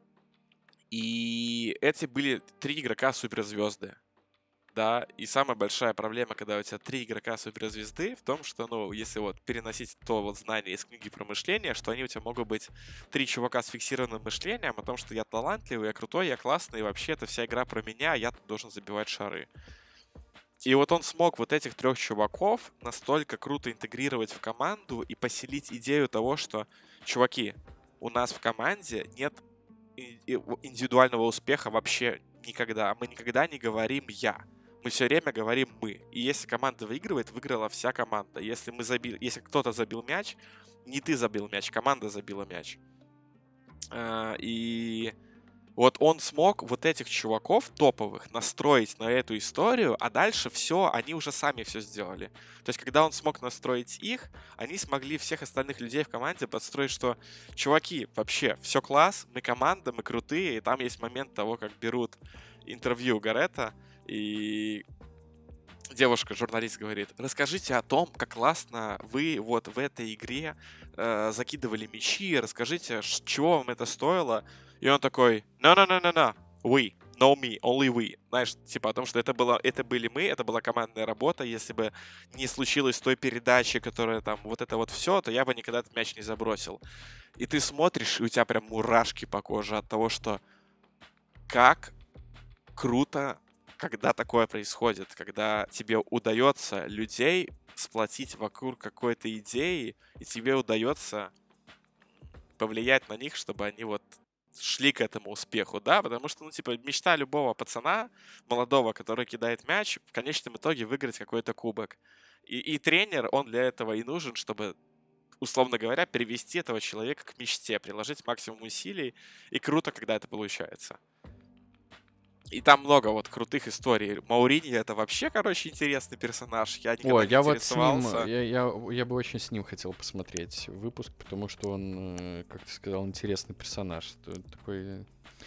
И эти были 3 игрока суперзвезды. Да, и самая большая проблема, когда у тебя 3 игрока суперзвезды, в том, что, ну, если вот переносить то вот знание из книги про мышление, что они у тебя могут быть 3 чувака с фиксированным мышлением о том, что я талантливый, я крутой, я классный, и вообще это вся игра про меня, а я тут должен забивать шары. И вот он смог вот этих 3 чуваков настолько круто интегрировать в команду и поселить идею того, что, чуваки, у нас в команде нет индивидуального успеха вообще никогда. Мы никогда не говорим «я». Мы все время говорим «мы». И если команда выигрывает, выиграла вся команда. Если кто-то забил мяч, не ты забил мяч, команда забила мяч. И вот он смог вот этих чуваков топовых настроить на эту историю, а дальше все, они уже сами все сделали. То есть, когда он смог настроить их, они смогли всех остальных людей в команде подстроить, что, чуваки, вообще, все класс, мы команда, мы крутые, и там есть момент того, как берут интервью Гарета, и девушка-журналист говорит: расскажите о том, как классно вы вот в этой игре закидывали мячи, расскажите, чего вам это стоило. И он такой: no, we, no me, only we. Знаешь, типа о том, что это были мы, это была командная работа. Если бы не случилось той передачи, которая там вот это вот все, то я бы никогда этот мяч не забросил. И ты смотришь, и у тебя прям мурашки по коже от того, что как круто, когда такое происходит, когда тебе удается людей сплотить вокруг какой-то идеи, и тебе удается повлиять на них, чтобы они вот шли к этому успеху, да, потому что, ну, типа, мечта любого пацана, молодого, который кидает мяч, в конечном итоге выиграть какой-то кубок. И тренер, он для этого и нужен, чтобы, условно говоря, привести этого человека к мечте, приложить максимум усилий, и круто, когда это получается. И там много вот крутых историй. Мауриньо — это вообще, короче, интересный персонаж. Я никогда не я вот с ним, интересовался. я бы очень с ним хотел посмотреть выпуск, потому что он, как ты сказал, интересный персонаж. Такой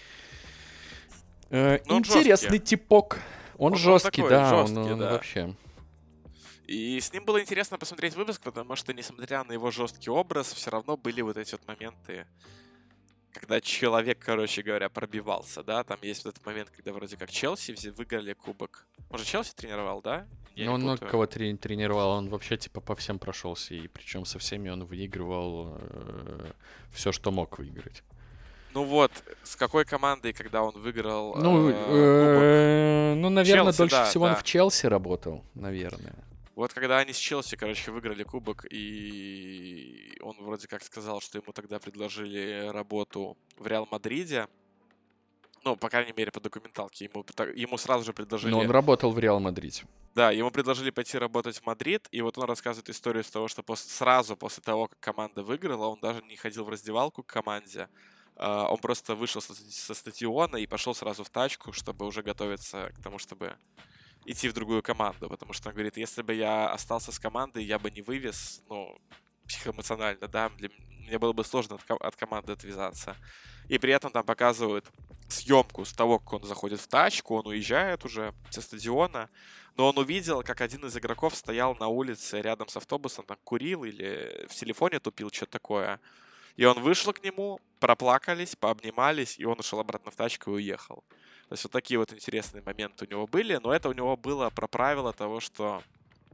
Ну, он интересный жесткий. типок. Он жесткий, такой да, жесткий, он да. вообще. И с ним было интересно посмотреть выпуск, потому что, несмотря на его жесткий образ, все равно были вот эти вот моменты, когда человек, короче говоря, пробивался, да, там есть вот этот момент, когда вроде как Челси выиграли кубок. Он же Челси тренировал, да? Я Ну, не он много путаю. кого тренировал, он вообще типа по всем прошелся, и причем со всеми он выигрывал все, что мог выиграть. Ну вот, с какой командой, когда он выиграл Ну, кубок? наверное, Челси, дольше да, всего он да. в Челси работал, наверное. Вот когда они с Челси, короче, выиграли кубок, и он вроде как сказал, что ему тогда предложили работу в Реал Мадриде. Ну, по крайней мере, по документалке. Ему сразу же Но предложили... он работал в Реал Мадриде. Да, ему предложили пойти работать в Мадрид, и вот он рассказывает историю с того, что сразу после того, как команда выиграла, он даже не ходил в раздевалку к команде. Он просто вышел со стадиона и пошел сразу в тачку, чтобы уже готовиться к тому, чтобы идти в другую команду. Потому что он говорит, если бы я остался с командой, я бы не вывез, ну, психоэмоционально, да, мне было бы сложно от команды отвязаться. И при этом там показывают съемку с того, как он заходит в тачку, он уезжает уже со стадиона, но он увидел, как один из игроков стоял на улице рядом с автобусом, там курил или в телефоне тупил, что-то такое. И он вышел к нему, проплакались, пообнимались, и он ушел обратно в тачку и уехал. То есть вот такие вот интересные моменты у него были, но это у него было про правило того, что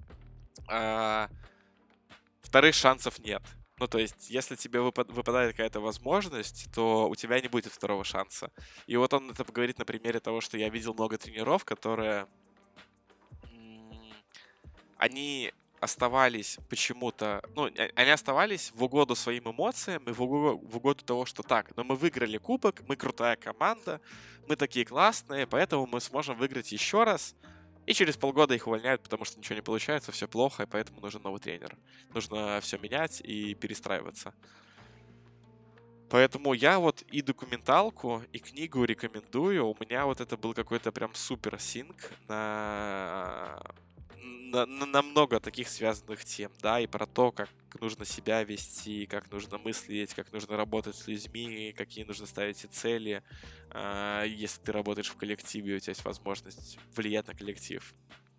вторых шансов нет. Ну, то есть, если тебе выпадает какая-то возможность, то у тебя не будет второго шанса. И вот он это говорит на примере того, что я видел много тренеров, которые... Они оставались почему-то... Ну, они оставались в угоду своим эмоциям и в угоду того, что так, но мы выиграли кубок, мы крутая команда, мы такие классные, поэтому мы сможем выиграть еще раз. И через полгода их увольняют, потому что ничего не получается, все плохо, и поэтому нужен новый тренер. Нужно все менять и перестраиваться. Поэтому я вот и документалку, и книгу рекомендую. У меня вот это был какой-то прям супер синк на много таких связанных тем, да, и про то, как нужно себя вести, как нужно мыслить, как нужно работать с людьми, какие нужно ставить и цели. Если ты работаешь в коллективе, у тебя есть возможность влиять на коллектив.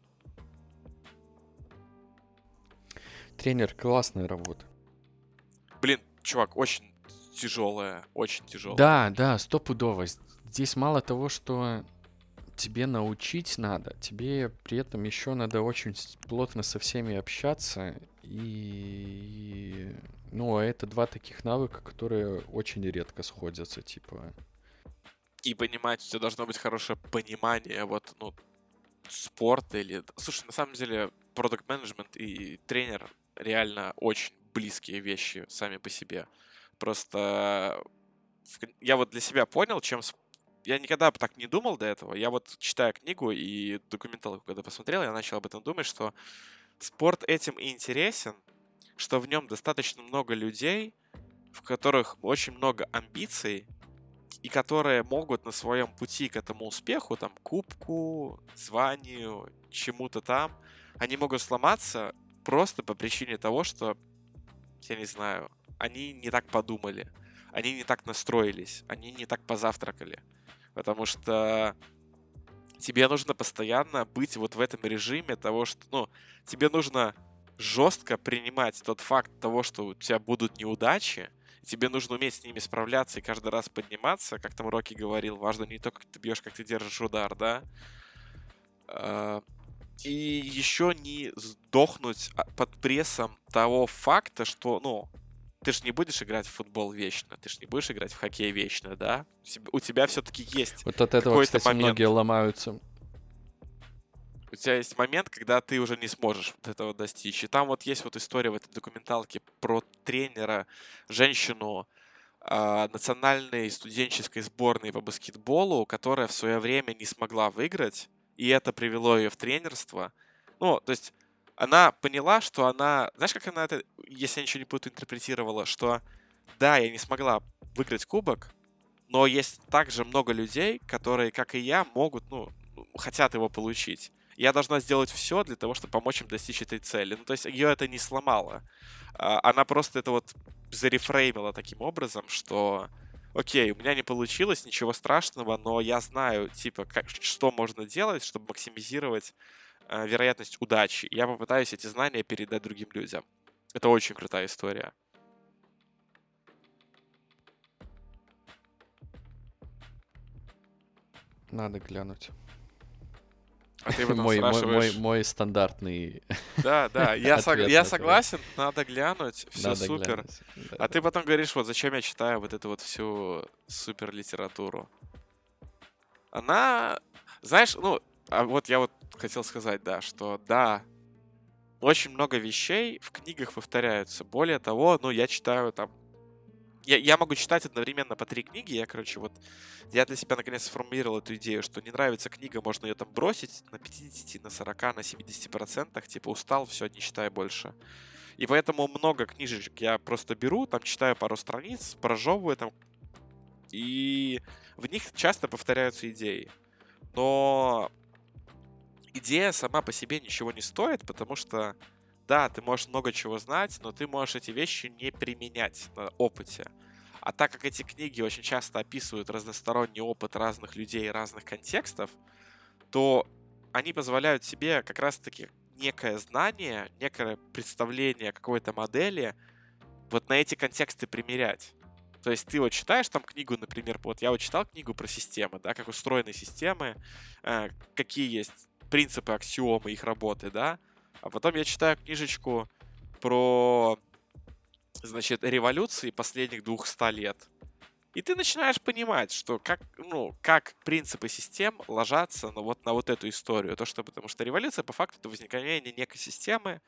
Тренер, классная работа. Блин, чувак, очень тяжелая, очень тяжелая. Да, стопудово. Здесь мало того, что тебе научить надо, тебе при этом еще надо очень плотно со всеми общаться. И ну, это два таких навыка, которые очень редко сходятся, типа. И понимать, у тебя должно быть хорошее понимание, вот, ну, спорт или... Слушай, на самом деле, продакт-менеджмент и тренер реально очень близкие вещи сами по себе. Просто я вот для себя понял, я никогда бы так не думал до этого. Я вот, читая книгу и документалку, когда посмотрел, я начал об этом думать, что спорт этим и интересен, что в нем достаточно много людей, в которых очень много амбиций, и которые могут на своем пути к этому успеху, там, кубку, званию, чему-то там, они могут сломаться просто по причине того, что, я не знаю, они не так подумали, они не так настроились, они не так позавтракали. Потому что тебе нужно постоянно быть вот в этом режиме того, что, ну, тебе нужно жестко принимать тот факт того, что у тебя будут неудачи, и тебе нужно уметь с ними справляться и каждый раз подниматься, как там Рокки говорил, важно не то, как ты бьешь, как ты держишь удар, да? А, И еще не сдохнуть под прессом того факта, что, ну, ты же не будешь играть в футбол вечно, ты же не будешь играть в хоккей вечно, да? У тебя все-таки есть Вот от этого, какой-то кстати, многие момент. ломаются. У тебя есть момент, когда ты уже не сможешь вот этого достичь. И там вот есть вот история в этой документалке про тренера, женщину национальной студенческой сборной по баскетболу, которая в свое время не смогла выиграть, и это привело ее в тренерство. Ну, то есть она поняла, что она... Знаешь, как она это, если я ничего не путаю, интерпретировала, что да, я не смогла выиграть кубок, но есть также много людей, которые, как и я, могут, ну, хотят его получить. Я должна сделать все для того, чтобы помочь им достичь этой цели. Ну, то есть ее это не сломало. Она просто это вот зарефреймила таким образом, что окей, у меня не получилось, ничего страшного, но я знаю, типа, что можно делать, чтобы максимизировать вероятность удачи. И я попытаюсь эти знания передать другим людям. Это очень крутая история. Надо глянуть. А ты потом Мой спрашиваешь... стандартный Да, ответ я на твой. согласен, надо глянуть, все Надо супер. глянуть. А Да. ты потом говоришь, вот зачем я читаю вот эту вот всю супер литературу. Она, знаешь, ну, а вот я вот хотел сказать, да, что да, очень много вещей в книгах повторяются. Более того, ну, я читаю там я могу читать одновременно по 3 книги. Я для себя наконец сформулировал эту идею, что не нравится книга, можно ее там бросить на 50, на 40, на 70%. Типа устал, все, не читай больше. И поэтому много книжечек я просто беру, там читаю пару страниц, прожевываю там, и в них часто повторяются идеи. Но идея сама по себе ничего не стоит, потому что, да, ты можешь много чего знать, но ты можешь эти вещи не применять на опыте. А так как эти книги очень часто описывают разносторонний опыт разных людей, разных контекстов, то они позволяют себе как раз-таки некое знание, некое представление какой-то модели вот на эти контексты примерять. То есть ты вот читаешь там книгу, например, вот я вот читал книгу про системы, да, как устроены системы, какие есть принципы, аксиомы их работы, да, а потом я читаю книжечку про, значит, революции последних 200 лет. И ты начинаешь понимать, что как принципы систем ложатся на вот эту историю. Потому что революция, по факту, это возникновение некой системы,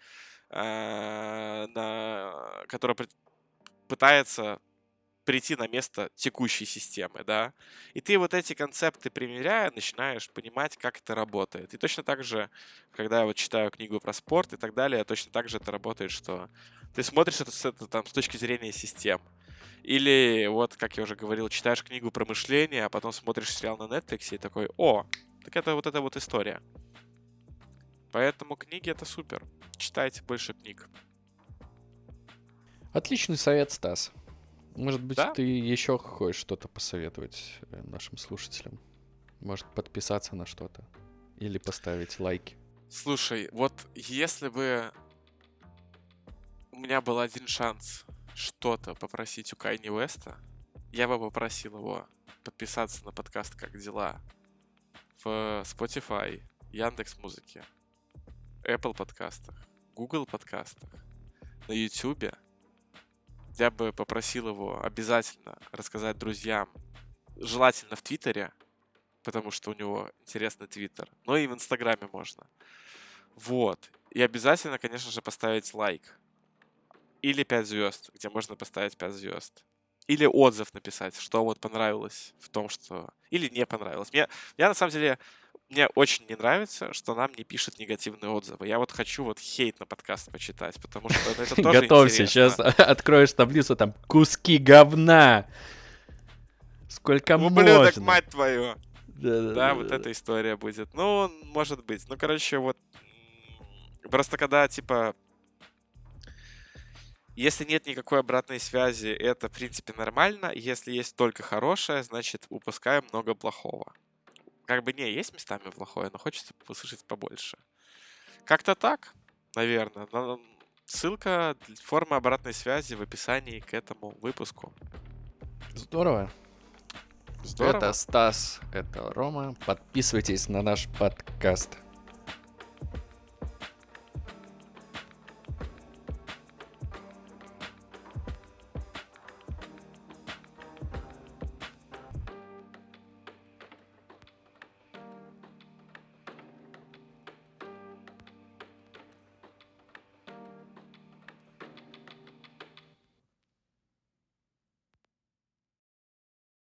которая пытается прийти на место текущей системы, да. И ты вот эти концепты примеряя, начинаешь понимать, как это работает. И точно так же, когда я вот читаю книгу про спорт и так далее, точно так же это работает, что ты смотришь это с точки зрения систем. Или вот, как я уже говорил, читаешь книгу про мышление, а потом смотришь сериал на Netflix и такой, о, так это вот эта вот история. Поэтому книги — это супер. Читайте больше книг. Отличный совет, Стас. Может быть, Да? ты еще хочешь что-то посоветовать нашим слушателям? Может, подписаться на что-то? Или поставить лайки? Слушай, вот если бы у меня был один шанс что-то попросить у Кайни Уэста, я бы попросил его подписаться на подкаст «Как дела» в Spotify, Яндекс.Музыке, Apple подкастах, Google подкастах, на YouTube. Я бы попросил его обязательно рассказать друзьям, желательно в Твиттере, потому что у него интересный твиттер, но и в Инстаграме можно. Вот. И обязательно, конечно же, поставить лайк. Или 5 звезд, где можно поставить 5 звезд. Или отзыв написать, что вот понравилось в том, что... Или не понравилось. Я на самом деле... Мне очень не нравится, что нам не пишут негативные отзывы. Я вот хочу вот хейт на подкаст почитать, потому что это тоже Готовься, сейчас интересно. откроешь таблицу, там куски говна. Сколько Ублюдок, можно? мать твою! Да, вот Да-да-да. эта история будет. Ну, может быть. Ну, короче, вот... Просто когда, типа... Если нет никакой обратной связи, это, в принципе, нормально. Если есть только хорошее, значит, упускаем много плохого. Как бы не, есть местами плохое, но хочется услышать побольше. Как-то так, наверное. Ссылка, форма обратной связи в описании к этому выпуску. Здорово. Здорово. Это Стас, это Рома. Подписывайтесь на наш подкаст.